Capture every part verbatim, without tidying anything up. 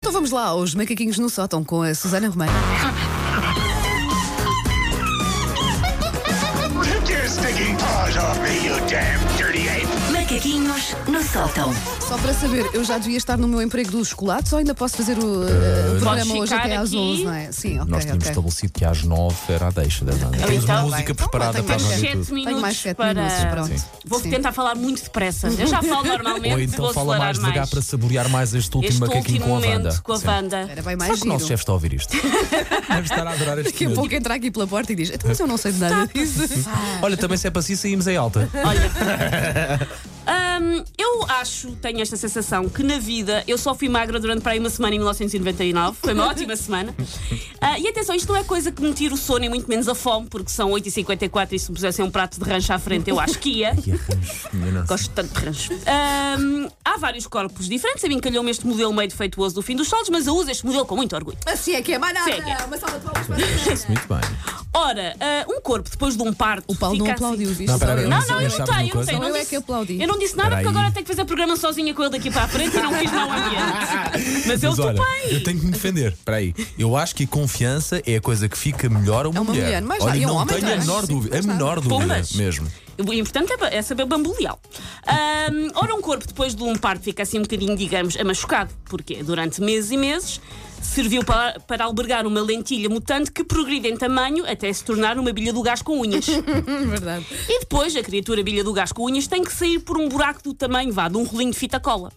Então vamos lá, os macaquinhos no sótão com a Susana Romana. Macaquinhos no sótão. Só para saber, eu já devia estar no meu emprego dos chocolates ou ainda posso fazer o, uh, o programa hoje até às aqui. onze, não é? Sim, ok. Nós tínhamos okay. estabelecido que às nove era a deixa da Nana. Temos uma então, música bem, preparada então, para a tenho Nana e sete tudo. minutos Tenho mais sete para... minutos, pronto. Sim. Vou Sim. tentar falar muito depressa. Eu já falo normalmente, Ou então vou fala acelerar mais devagar mais. para saborear mais este último Este macaquinho último com a momento Wanda. com a Sim. Wanda. Era bem mais Será que o nosso giro. chefe está a ouvir isto? Deve estar a adorar este Daqui a momento. pouco entra aqui pela porta e diz: então, mas eu não sei de nada disso. Olha, também se é para si, saímos em alta. Olha, hum, eu acho, tenho esta sensação, que na vida eu só fui magra durante para aí uma semana em mil novecentos e noventa e nove. Foi uma ótima semana. Ah, e atenção, isto não é coisa que me tire o sono e muito menos a fome, porque são oito e cinquenta e quatro e se me pusessem um prato de rancho à frente, eu acho que ia. Que arranjo, minha nossa. Gosto tanto de rancho. Hum, há vários corpos diferentes. A mim calhou-me este modelo meio defeituoso do fim dos solos, mas eu uso este modelo com muito orgulho. Assim é que é, mais nada. Sim, é que é. Uma salva de palmas para a Isso muito bem. Ora, ah, um corpo depois de um parto. O Paulo não fica aplaudiu, assim. viste? Não, Só pera, eu. Não, Mas não, eu sabes não uma tenho, eu não coisa? tenho. Só Não eu é disse, que aplaudi. eu não disse nada Espera porque aí. agora tenho que fazer programa sozinha com ele daqui para a frente e não quis dar um ambiente. Mas eu Mas estou olha, bem. eu tenho que me defender. Espera aí. Eu acho que a confiança é a coisa que fica melhor a uma, É uma mulher, mas Olha, vai, e um não homem tenho a também. menor Sim, dúvida. A mas nada. menor dúvida Pombas. mesmo. O importante é, é saber bamboleá-lo. Um, ora, um corpo depois de um parto fica assim um bocadinho, digamos, amachucado. Porque durante meses e meses serviu para, para albergar uma lentilha mutante que progride em tamanho até se tornar uma bilha do gás com unhas. Verdade. E depois a criatura bilha do gás com unhas tem que sair por um buraco do tamanho, vá, de um rolinho de fita cola.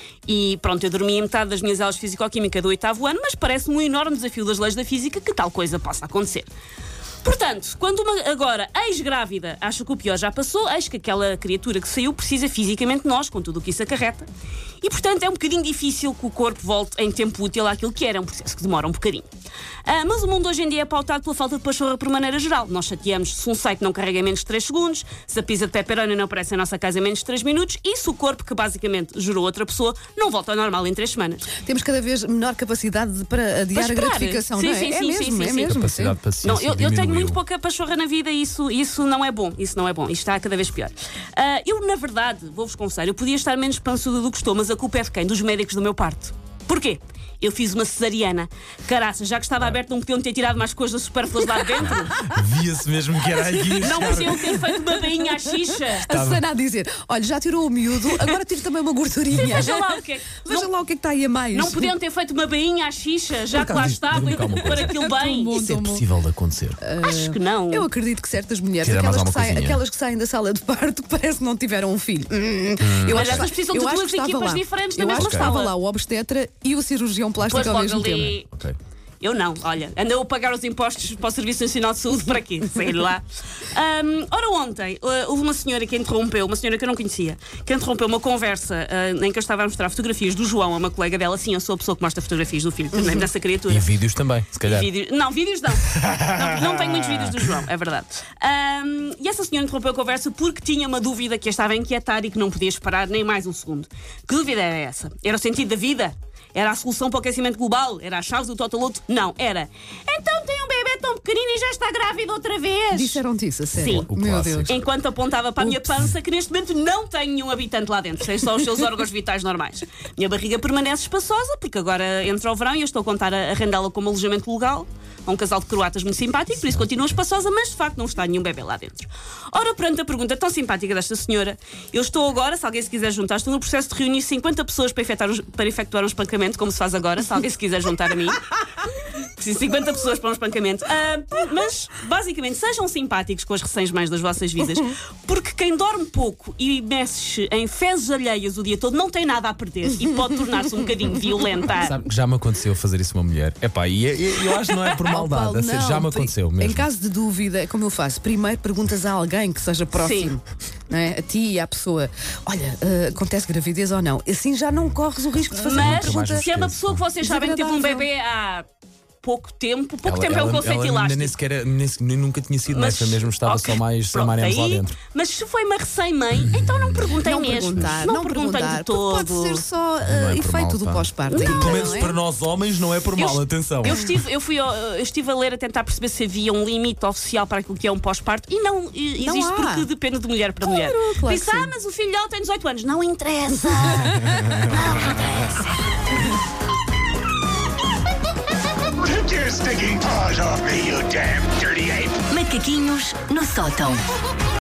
E pronto, eu dormi em metade das minhas aulas de Fisicoquímica do oitavo ano, mas parece-me um enorme desafio das leis da física que tal coisa possa acontecer. Portanto, quando uma agora ex-grávida acha que o pior já passou, eis que aquela criatura que saiu precisa fisicamente de nós, com tudo o que isso acarreta. E, portanto, é um bocadinho difícil que o corpo volte em tempo útil àquilo que era, é um processo que demora um bocadinho. Ah, mas o mundo hoje em dia é pautado pela falta de pachorra por maneira geral. Nós chateamos se um site não carrega em menos de três segundos, se a pizza de pepperoni não aparece em nossa casa em menos de três minutos e se o corpo, que basicamente gerou outra pessoa, não volta ao normal em três semanas. Temos cada vez menor capacidade de- para adiar Para a esperar. gratificação, Sim, não é? sim, é sim, mesmo, sim, sim, é sim. mesmo. Capacidade de sim. paciência Não, eu, eu tenho diminuiu. muito pouca pachorra na vida e isso, isso não é bom. Isso não é bom. Isto está cada vez pior. Ah, eu, na verdade, vou-vos confessar, eu podia estar menos pançuda do que estou, mas a culpa é de quem? Dos médicos do meu parto. Porquê? Eu fiz uma cesariana. Caraça, já que estava aberto, não podiam ter tirado mais coisas supérfluas lá dentro? Via-se mesmo que era aí. Não podiam ter feito uma bainha à xixa? A Susana a dizer: olha, já tirou o miúdo, agora tira também uma gordurinha. Veja lá o que é que... Veja Não, lá o que é que está aí a mais. não podiam ter feito uma bainha à xixa, já que lá acaso, estava, diz-me cá uma e pôr coisa. aquilo Tão bem. bom. Isso é possível de acontecer. Acho que não. Eu acredito que certas mulheres, Tira mais aquelas que, alguma saem, coisinha. aquelas que saem da sala de parto, que parece que não tiveram um filho. Hum, Eu Mas acho essas que- precisam eu de acho duas que estava equipas lá. diferentes na Eu mesma acho que estava sala. lá o obstetra e o cirurgião plástico Pois ao logo mesmo tempo. ali... Ok. Eu não, olha, andou a pagar os impostos para o Serviço Nacional de Saúde, para quê? Sair lá. Um, ora, ontem, uh, houve uma senhora que interrompeu, uma senhora que eu não conhecia, que interrompeu uma conversa uh, em que eu estava a mostrar fotografias do João a uma colega dela. Sim, eu sou a pessoa que mostra fotografias do filho, também dessa criatura. E vídeos também, se calhar. Vídeos- Não, vídeos não. não. Não tenho muitos vídeos do João, é verdade. Um, e essa senhora interrompeu a conversa porque tinha uma dúvida que a estava a inquietar e que não podia esperar nem mais um segundo. Que dúvida era essa? Era o sentido da vida? Era a solução para o aquecimento global? Era a chave do Totaloto? Não, era. Então tem um bebê tão pequenino e já está grávida outra vez. Disseram-te isso, a sério? Sim. O Meu clássico. Deus. Enquanto apontava para a minha pança, que neste momento não tem nenhum habitante lá dentro, sem só os seus órgãos vitais normais. Minha barriga permanece espaçosa, porque agora entra o verão e eu estou a contar a arrendá-la como alojamento legal a um casal de croatas muito simpático, por isso continua espaçosa, mas de facto não está nenhum bebê lá dentro. Ora, perante a pergunta tão simpática desta senhora, eu estou agora, se alguém se quiser juntar, estou no processo de reunir cinquenta pessoas para efetuar, os- para efetuar um espancamento, como se faz agora, se alguém se quiser juntar a mim. Preciso de cinquenta pessoas para um espancamento. Ah, mas, basicamente, sejam simpáticos com as recém-mães das vossas vidas, porque quem dorme pouco e mexe em fezes alheias o dia todo não tem nada a perder e pode tornar-se um bocadinho violenta. Sabe que já me aconteceu fazer isso a uma mulher. Epá, e e- e eu acho que não é por maldade. Paulo, a sério, não, já me pri- aconteceu mesmo. Em caso de dúvida, como eu faço? Primeiro perguntas a alguém que seja próximo, não é? A ti e à pessoa: olha, eh, acontece gravidez ou não? Assim já não corres o risco de fazer uma Mas, pergunta. se é uma pessoa que vocês sabem que teve um desagradável. bebê há pouco tempo, pouco Ela- tempo é um ela- conceito ela elástico. Nem sequer, era- nem, nem nunca tinha sido Mas- nessa mesmo, estava ok, só mais pronto, amaremos lá aí- dentro. Mas se foi uma recém-mãe, então não perguntem Não mesmo. perguntar, não não perguntem perguntar, de porque todo. pode ser só eh, Não é por efeito mal, do pá. pós-parto. Não, ainda, Pelo menos não é? para nós homens não é por mal, Eu- atenção. Eu estive, eu, fui, ao- eu estive a ler a tentar perceber se havia um limite oficial para aquilo que é um pós-parto e não e- Não existe há. porque depende de mulher para Claro, mulher. claro Disse, que ah, sim. mas o filho dela tem dezoito anos. Não interessa. Não interessa. your stinking paws off me, you damn dirty ape! Macaquinhos no sótão.